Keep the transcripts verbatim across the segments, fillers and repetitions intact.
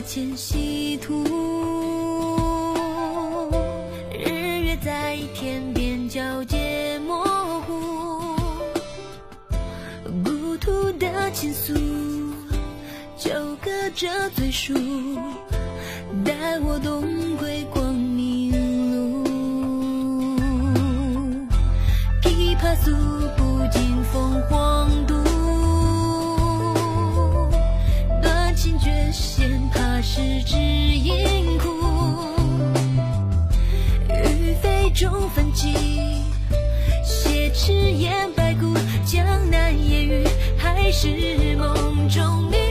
前稀土，日月在天边交界模糊，故土的倾诉就隔着嘴述，带我东归光明路。琵琶诉不尽凤凰渡，断情绝弦怕是知音苦。欲飞中分际，挟持燕白骨，江南烟雨还是梦中迷。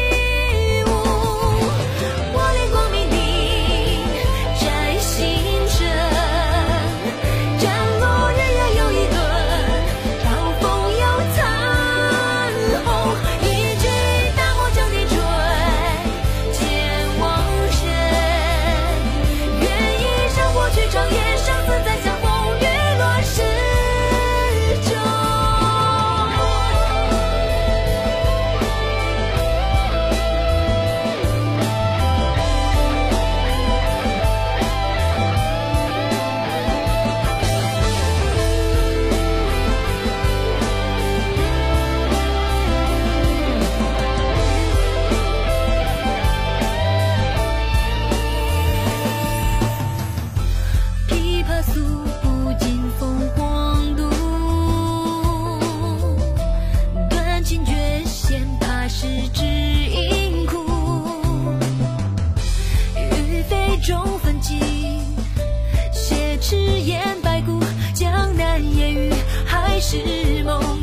中分际，挟持燕白骨，江南烟雨还是梦。